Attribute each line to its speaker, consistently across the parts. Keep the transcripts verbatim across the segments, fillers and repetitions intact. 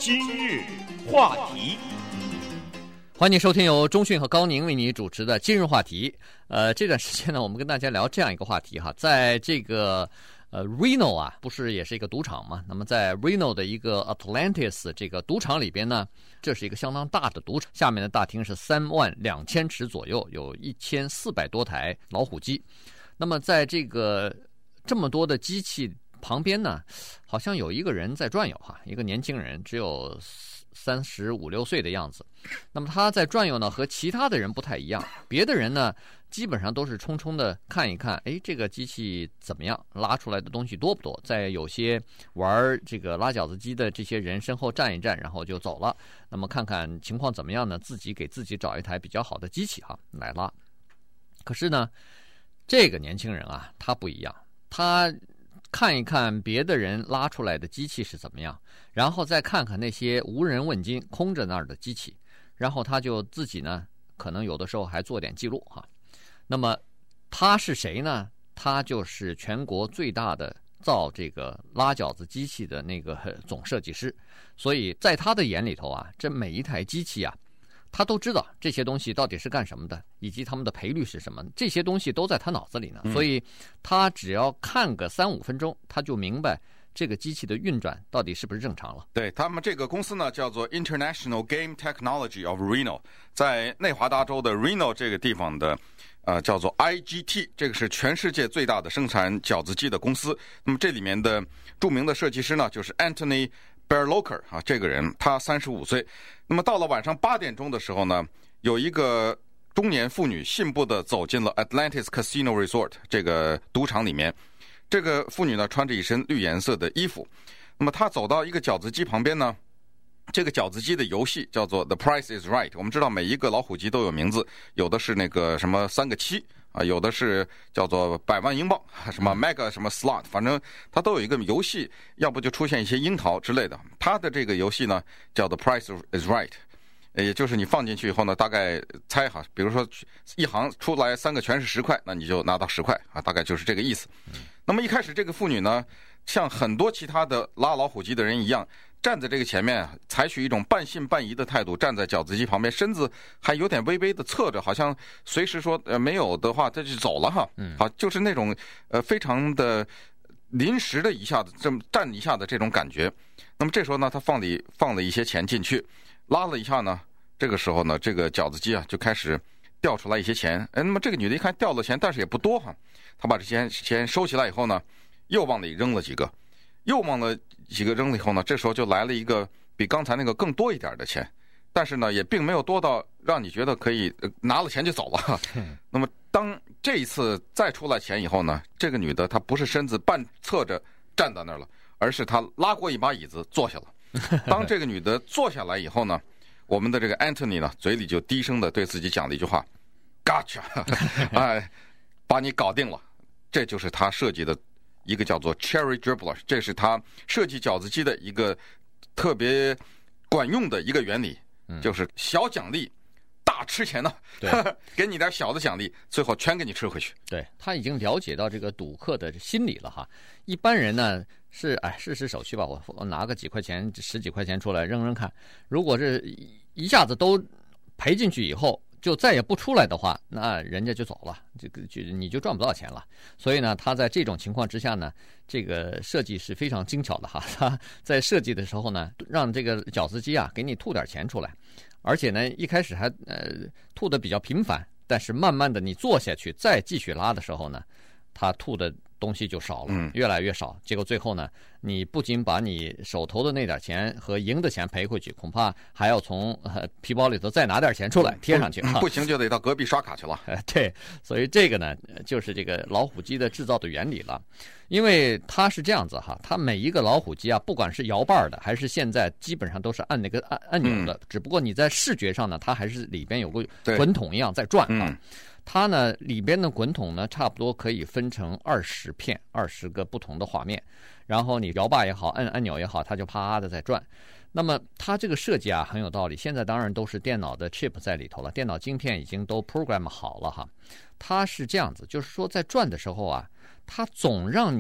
Speaker 1: 今日话题，
Speaker 2: 欢迎收听由中讯和高宁为你主持的今日话题。呃，这段时间呢，我们跟大家聊这样一个话题哈，在这个呃 Reno 啊，不是也是一个赌场嘛？那么在 Reno 的一个 Atlantis 这个赌场里边呢，这是一个相当大的赌场，下面的大厅是三万两千尺左右，有一千四百多台老虎机。那么在这个这么多的机器旁边呢，好像有一个人在转悠哈，一个年轻人，只有三十五六岁的样子。那么他在转悠呢，和其他的人不太一样。别的人呢，基本上都是匆匆的看一看，哎，这个机器怎么样，拉出来的东西多不多。在有些玩这个拉饺子机的这些人身后站一站，然后就走了。那么看看情况怎么样呢？自己给自己找一台比较好的机器哈来拉。可是呢，这个年轻人啊，他不一样，他看一看别的人拉出来的机器是怎么样，然后再看看那些无人问津空着那儿的机器，然后他就自己呢，可能有的时候还做点记录哈。那么他是谁呢？他就是全国最大的造这个拉饺子机器的那个总设计师，所以在他的眼里头啊，这每一台机器啊，他都知道这些东西到底是干什么的，以及他们的赔率是什么，这些东西都在他脑子里呢。所以他只要看个三五分钟，他就明白这个机器的运转到底是不是正常了。
Speaker 3: 对，他们这个公司呢叫做 International Game Technology of Reno， 在内华达州的 Reno 这个地方的呃叫做 I G T， 这个是全世界最大的生产饺子机的公司。那么这里面的著名的设计师呢，就是 Anthony Berloker 啊，这个人他三十五岁。那么到了晚上八点钟的时候呢，有一个中年妇女信步地走进了 Atlantis Casino Resort 这个赌场里面。这个妇女呢穿着一身绿颜色的衣服。那么她走到一个饺子机旁边呢，这个饺子机的游戏叫做 The Price is Right。我们知道每一个老虎机都有名字，有的是那个什么三个七啊，有的是叫做百万英镑，什么 Mega 什么 Slot， 反正它都有一个游戏，要不就出现一些樱桃之类的。它的这个游戏呢叫 The Price is Right， 也就是你放进去以后呢，大概猜哈，比如说一行出来三个全是十块，那你就拿到十块啊，大概就是这个意思。那么一开始这个妇女呢，像很多其他的拉老虎机的人一样，站在这个前面，采取一种半信半疑的态度，站在饺子机旁边，身子还有点微微的侧着，好像随时说呃没有的话他就走了哈。嗯，好，就是那种呃非常的临时的一下子这么站一下的这种感觉。那么这时候呢，他放里放了一些钱进去，拉了一下呢，这个时候呢，这个饺子机啊就开始掉出来一些钱。哎，那么这个女的一看掉了钱，但是也不多哈，她把这些钱收起来以后呢，又往里扔了几个。又忘了几个扔了以后呢，这时候就来了一个比刚才那个更多一点的钱，但是呢也并没有多到让你觉得可以、呃、拿了钱就走了。那么当这一次再出来钱以后呢，这个女的她不是身子半侧着站在那儿了，而是她拉过一把椅子坐下了。当这个女的坐下来以后呢，我们的这个 Anthony 呢嘴里就低声的对自己讲了一句话 Gotcha 哎，把你搞定了。这就是他设计的一个叫做 Cherry Dribbler， 这是他设计饺子机的一个特别管用的一个原理，就是小奖励大吃钱呢，对，给你点小的奖励，最后全给你吃回去。
Speaker 2: 对，他已经了解到这个赌客的心理了哈。一般人呢是哎试试手气吧，我我拿个几块钱十几块钱出来扔扔看，如果是一下子都赔进去以后就再也不出来的话，那人家就走了，这个就你就赚不到钱了。所以呢，他在这种情况之下呢，这个设计是非常精巧的哈。他在设计的时候呢，让这个饺子机啊给你吐点钱出来，而且呢一开始还呃吐的比较频繁，但是慢慢的你坐下去再继续拉的时候呢，他吐的东西就少了，越来越少。结果最后呢，你不仅把你手头的那点钱和赢的钱赔回去，恐怕还要从、呃、皮包里头再拿点钱出来贴上去、
Speaker 3: 嗯、不行就得到隔壁刷卡去了、
Speaker 2: 呃、对，所以这个呢就是这个老虎机的制造的原理了。因为它是这样子哈，它每一个老虎机啊，不管是摇把的还是现在基本上都是按那个按按钮的、嗯、只不过你在视觉上呢，它还是里边有个滚筒一样在转啊、嗯，它呢里边的滚筒呢差不多可以分成二十片二十个不同的画面，然后你摇把也好按按钮也好，它就啪的在转。那么它这个设计啊很有道理，现在当然都是电脑的 chip 在里头了，电脑晶片已经都 program 好了哈。它是这样子，就是说在转的时候啊，它总让你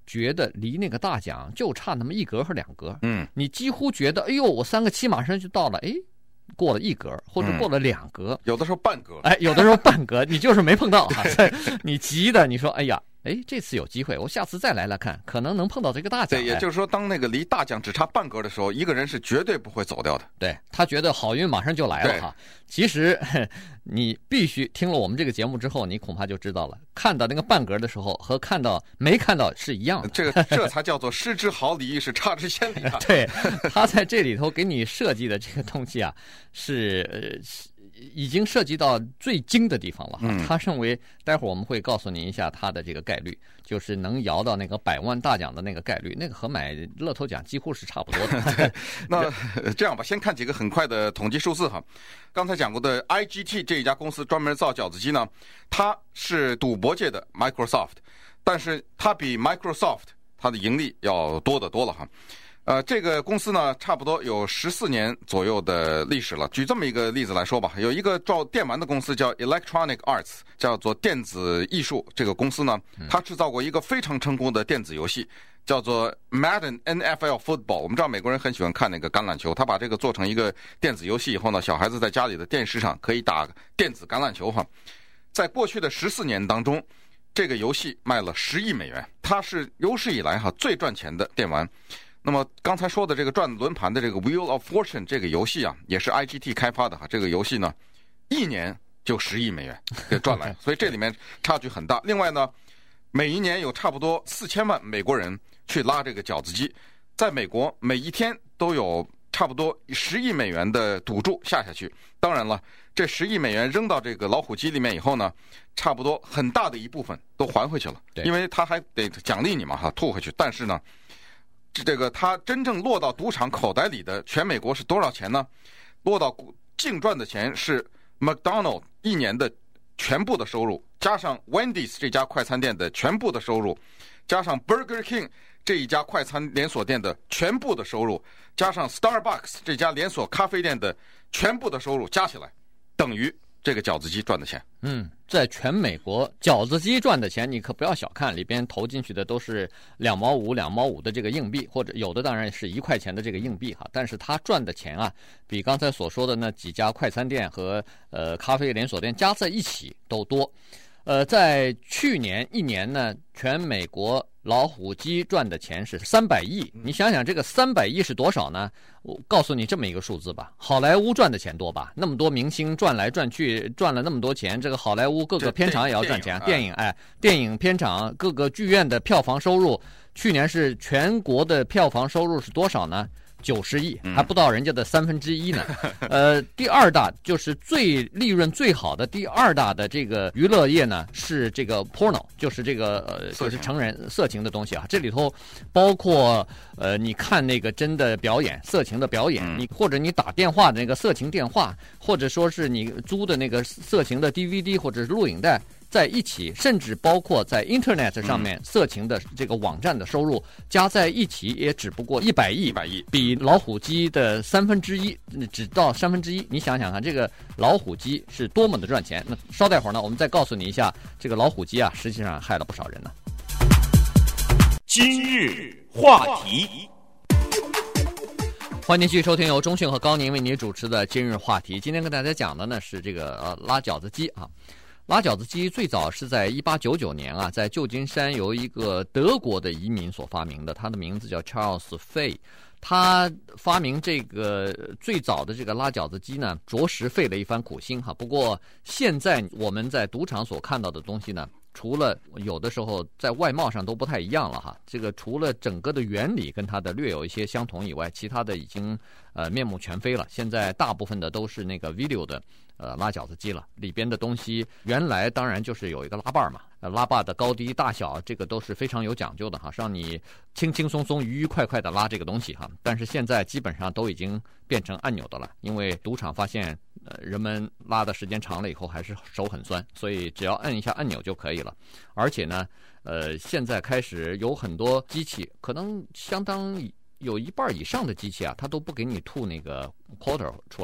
Speaker 2: 觉得离那个大奖就差那么一格和两格，
Speaker 3: 嗯，
Speaker 2: 你几乎觉得，哎呦，我三个七马上就到了，哎，过了一格或者过了两格，
Speaker 3: 嗯、有的时候半格，
Speaker 2: 哎，有的时候半格，你就是没碰到哈，你急的，你说，哎呀。哎，这次有机会，我下次再来来看，可能能碰到这个大奖。
Speaker 3: 对，也就是说，当那个离大奖只差半格的时候，一个人是绝对不会走掉的。
Speaker 2: 对，他觉得好运马上就来了哈。其实你必须听了我们这个节目之后，你恐怕就知道了，看到那个半格的时候和看到没看到是一样的。
Speaker 3: 这个这才叫做失之毫厘，是差之千里啊。
Speaker 2: 对，他在这里头给你设计的这个东西啊，是呃。已经涉及到最精的地方了哈，
Speaker 3: 嗯、
Speaker 2: 他认为待会儿我们会告诉您一下他的这个概率，就是能摇到那个百万大奖的那个概率，那个和买乐透奖几乎是差不多的。
Speaker 3: 对，那这样吧，先看几个很快的统计数字哈。刚才讲过的 I G T 这一家公司专门造饺子机呢，它是赌博界的 Microsoft， 但是它比 Microsoft 它的盈利要多得多了哈。呃，这个公司呢，差不多有十四年左右的历史了。举这么一个例子来说吧，有一个造电玩的公司叫 Electronic Arts， 叫做电子艺术。这个公司呢，它制造过一个非常成功的电子游戏，叫做 Madden N F L Football。我们知道美国人很喜欢看那个橄榄球，他把这个做成一个电子游戏以后呢，小孩子在家里的电视上可以打电子橄榄球哈。在过去的十四年当中，这个游戏卖了十亿美元，它是有史以来哈最赚钱的电玩。那么刚才说的这个转轮盘的这个 Wheel of Fortune 这个游戏啊，也是 I G T 开发的哈。这个游戏呢，一年就十亿美元给赚来，所以这里面差距很大。另外呢，每一年有差不多四千万美国人去拉这个饺子机，在美国每一天都有差不多十亿美元的赌注下下去。当然了，这十亿美元扔到这个老虎机里面以后呢，差不多很大的一部分都还回去了，因为他还得奖励你嘛哈，吐回去。但是呢。这个他真正落到赌场口袋里的全美国是多少钱呢？落到净赚的钱是 McDonald 一年的全部的收入，加上 Wendy's 这家快餐店的全部的收入，加上 Burger King 这一家快餐连锁店的全部的收入，加上 Starbucks 这家连锁咖啡店的全部的收入加起来，等于这个饺子机赚的钱。
Speaker 2: 嗯，在全美国饺子机赚的钱你可不要小看，里边投进去的都是两毛五两毛五的这个硬币，或者有的当然是一块钱的这个硬币哈，但是他赚的钱啊比刚才所说的那几家快餐店和呃咖啡连锁店加在一起都多。呃，在去年一年呢，全美国老虎机赚的钱是三百亿。你想想这个三百亿是多少呢？我告诉你这么一个数字吧，好莱坞赚的钱多吧？那么多明星转来转去，赚了那么多钱，这个好莱坞各个片场也要赚钱。电影哎，电影片场各个剧院的票房收入，去年是全国的票房收入是多少呢？九十亿，还不到人家的三分之一呢。呃，第二大就是最利润最好的第二大的这个娱乐业呢，是这个 porno， 就是这个呃，就是成人色情的东西啊。这里头包括呃，你看那个真的表演，色情的表演，你或者你打电话的那个色情电话，或者说是你租的那个色情的 D V D 或者是录影带。在一起，甚至包括在 Internet 上面色情的这个网站的收入加在一起，也只不过一百亿，
Speaker 3: 一百亿，
Speaker 2: 比老虎机的三分之一，只到三分之一。你想想看，这个老虎机是多么的赚钱。那稍待会儿呢，我们再告诉你一下，这个老虎机啊，实际上害了不少人呢。
Speaker 1: 今日话题，
Speaker 2: 欢迎继续收听由中讯和高宁为你主持的今日话题。今天跟大家讲的呢是这个呃拉饺子机啊。拉饺子机最早是在一八九九年啊，在旧金山由一个德国的移民所发明的，他的名字叫 Charles Fay。他发明这个最早的这个拉饺子机呢，着实费了一番苦心哈。不过现在我们在赌场所看到的东西呢，除了有的时候在外貌上都不太一样了哈，这个除了整个的原理跟它的略有一些相同以外，其他的已经呃面目全非了。现在大部分的都是那个 video 的呃拉饺子机了，里边的东西原来当然就是有一个拉把嘛，呃拉把的高低大小这个都是非常有讲究的哈，让你轻轻松松愉愉快快的拉这个东西哈。但是现在基本上都已经变成按钮的了，因为赌场发现呃人们拉的时间长了以后还是手很酸，所以只要按一下按钮就可以了。而且呢呃现在开始有很多机器，可能相当有一半以上的机器啊，它都不给你吐那个 quarter 出来了。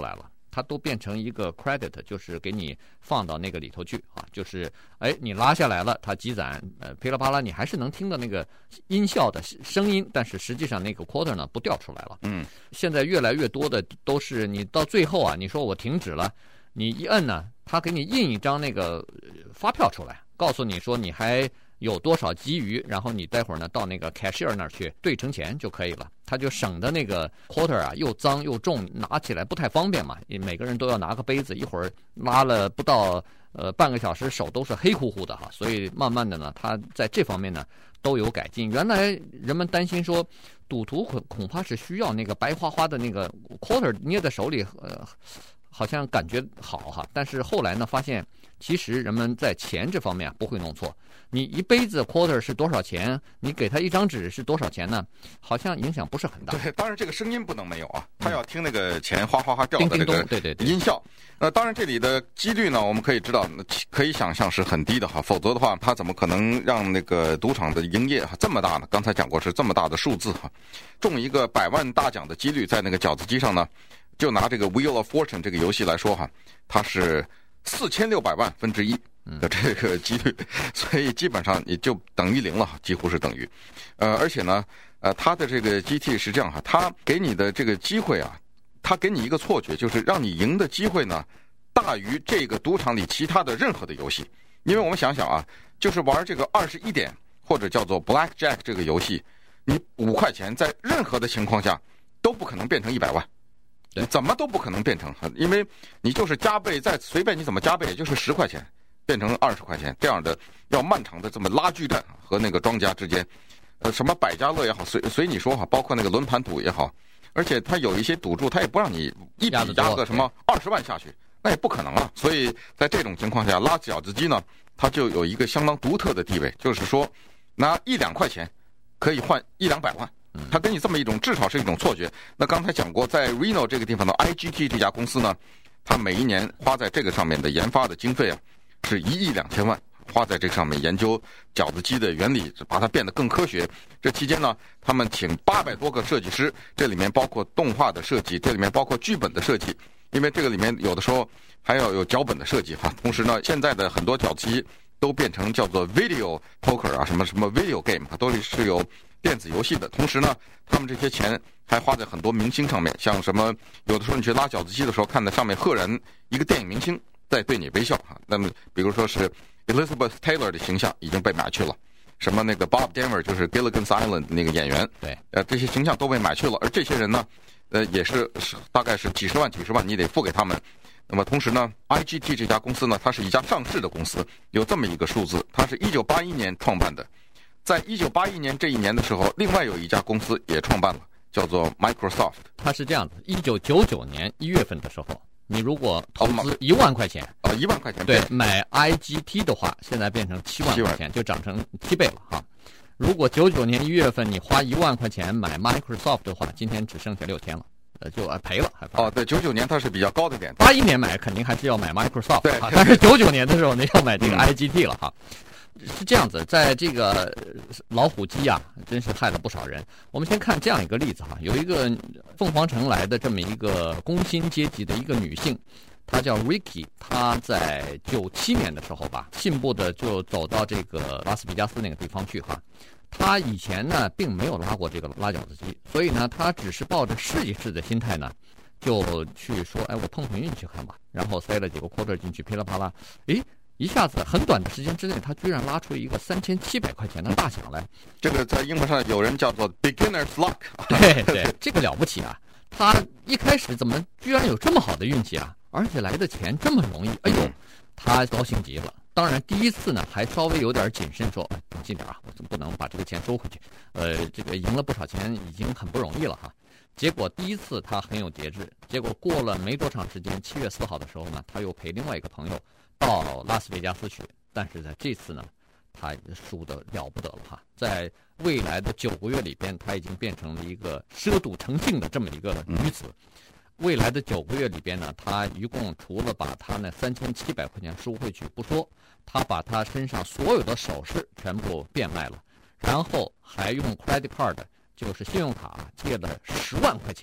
Speaker 2: 它都变成一个 credit， 就是给你放到那个里头去啊，就是哎你拉下来了，它积攒呃噼里啪啦，你还是能听到那个音效的声音，但是实际上那个 quarter 呢不掉出来了。
Speaker 3: 嗯，
Speaker 2: 现在越来越多的都是你到最后啊，你说我停止了，你一摁呢，它给你印一张那个发票出来，告诉你说你还有多少基余，然后你待会儿呢到那个 cashier 那儿去兑成钱就可以了，他就省得那个 quarter 啊又脏又重，拿起来不太方便嘛，每个人都要拿个杯子，一会儿拉了不到呃半个小时，手都是黑乎乎的哈，所以慢慢的呢，他在这方面呢都有改进。原来人们担心说赌徒恐恐怕是需要那个白花花的那个 quarter 捏在手里，呃，好像感觉好哈，但是后来呢发现，其实人们在钱这方面啊不会弄错。你一杯子 quarter 是多少钱？你给他一张纸是多少钱呢？好像影响不是很大。
Speaker 3: 对，当然这个声音不能没有啊，他要听那个钱哗哗哗掉的这个
Speaker 2: 对对对
Speaker 3: 音效。那当然这里的几率呢，我们可以知道，可以想象是很低的哈，否则的话，他怎么可能让那个赌场的营业这么大呢？刚才讲过是这么大的数字哈，中一个百万大奖的几率在那个饺子机上呢，就拿这个 Wheel of Fortune 这个游戏来说哈，它是四千六百万分之一的这个几率，所以基本上你就等于零了，几乎是等于。呃，而且呢，呃，它的这个 G T 是这样哈，它给你的这个机会啊，它给你一个错觉，就是让你赢的机会呢大于这个赌场里其他的任何的游戏。因为我们想想啊，就是玩这个二十一点或者叫做 Blackjack 这个游戏，你五块钱在任何的情况下都不可能变成一百万。你怎么都不可能变成，因为你就是加倍，再随便你怎么加倍，也就是十块钱变成二十块钱这样的，要漫长的这么拉锯战和那个庄家之间，呃，什么百家乐也好，随随你说哈，包括那个轮盘赌也好，而且他有一些赌注，他也不让你一笔压个什么二十万下去，那也不可能啊。所以在这种情况下，拉饺子机呢，它就有一个相当独特的地位，就是说拿一两块钱可以换一两百万。他给你这么一种，至少是一种错觉。那刚才讲过，在 Reno 这个地方的 I G T 这家公司呢，它每一年花在这个上面的研发的经费啊，是一亿两千万，花在这上面研究饺子机的原理，把它变得更科学。这期间呢，他们请八百多个设计师，这里面包括动画的设计，这里面包括剧本的设计，因为这个里面有的时候还要有脚本的设计哈。同时呢，现在的很多饺子机都变成叫做 video poker 啊，什么什么 video game， 它都是有电子游戏的。同时呢，他们这些钱还花在很多明星上面，像什么有的时候你去拉饺子机的时候，看到上面赫然一个电影明星在对你微笑哈。那么比如说是 Elizabeth Taylor 的形象已经被买去了，什么那个 Bob Denver 就是 Gilligan's Island 那个演员，
Speaker 2: 对，
Speaker 3: 呃，这些形象都被买去了。而这些人呢，呃，也是是大概是几十万几十万你得付给他们。那么同时呢 ，I G T 这家公司呢，它是一家上市的公司，有这么一个数字，它是一九八一年创办的。在一九八一年这一年的时候，另外有一家公司也创办了，叫做 Microsoft。
Speaker 2: 它是这样的，一九九九年一月份的时候，你如果投资一万块钱，
Speaker 3: 哦，一万块钱，
Speaker 2: 对，买 I G T 的话，现在变成七万块钱，就涨成七倍了哈。如果九九年一月份你花一万块钱买 Microsoft 的话，今天只剩下六千了。呃，就赔了，还
Speaker 3: 哦，对，九九年它是比较高的点，
Speaker 2: 八一年买肯定还是要买 Microsoft，
Speaker 3: 对，
Speaker 2: 但是九九年的时候呢，要买这个 I G T 了哈。是这样子，在这个老虎机啊，真是害了不少人。我们先看这样一个例子哈，有一个凤凰城来的这么一个工薪阶级的一个女性，她叫 Ricky， 她在九七年的时候吧，信步的就走到这个拉斯维加斯那个地方去哈。他以前呢并没有拉过这个拉饺子机，所以呢他只是抱着试一试的心态呢，就去说，哎，我碰碰运气看吧。然后塞了几个 quarter 进去，噼里啪啦，诶，一下子很短的时间之内，他居然拉出一个三千七百块钱的大奖来。
Speaker 3: 这个在英文上有人叫做 beginner's luck。
Speaker 2: 对对，这个了不起啊！他一开始怎么居然有这么好的运气啊？而且来的钱这么容易，哎呦，他高兴极了。当然，第一次呢还稍微有点谨慎，说等近点啊，我不能把这个钱收回去。呃，这个赢了不少钱，已经很不容易了哈。结果第一次他很有节制，结果过了没多长时间，七月四号的时候呢，他又陪另外一个朋友到拉斯维加斯去。但是在这次呢，他输得了不得了哈。在未来的九个月里边，他已经变成了一个奢赌成性的这么一个女子。未来的九个月里边呢，他一共除了把他那三千七百块钱收回去不说，他把他身上所有的首饰全部变卖了，然后还用 credit card， 就是信用卡借了十万块钱，
Speaker 3: 嗯，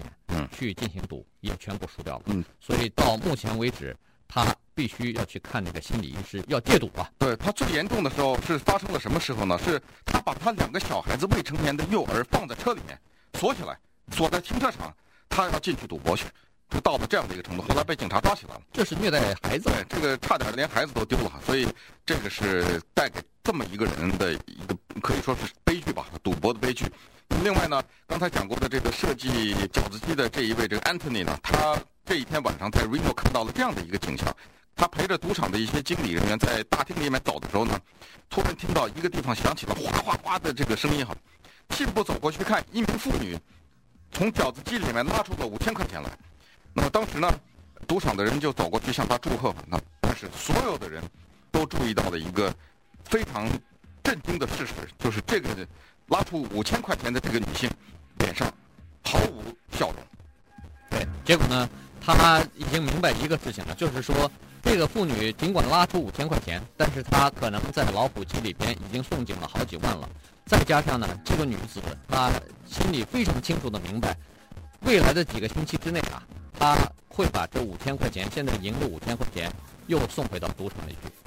Speaker 2: 去进行赌，也全部输掉了。
Speaker 3: 嗯，
Speaker 2: 所以到目前为止，他必须要去看那个心理医师，要戒赌啊。
Speaker 3: 对，他最严重的时候是发生了什么时候呢？是他把他两个小孩子未成年的幼儿放在车里面锁起来，锁在停车场，他要进去赌博去。就到了这样的一个程度，后来被警察抓起来了。
Speaker 2: 这是虐待孩子，
Speaker 3: 对，这个差点连孩子都丢了，所以这个是带给这么一个人的一个可以说是悲剧吧，赌博的悲剧。另外呢，刚才讲过的这个设计饺子机的这一位这个 Anthony 呢，他这一天晚上在 Reno 看到了这样的一个景象，他陪着赌场的一些经理人员在大厅里面走的时候呢，突然听到一个地方响起了哗哗哗的这个声音哈，信步走过去看，一名妇女从饺子机里面拉出了五千块钱来。那么当时呢，赌场的人就走过去向他祝贺，那但是所有的人都注意到了一个非常震惊的事实，就是这个拉出五千块钱的这个女性脸上毫无笑容。
Speaker 2: 对，结果呢，他已经明白一个事情了，就是说这个妇女尽管拉出五千块钱，但是她可能在老虎机里边已经送进了好几万了，再加上呢，这个女子她心里非常清楚的明白，未来的几个星期之内啊，他会把这五千块钱，现在赢的五千块钱，又送回到赌场里去。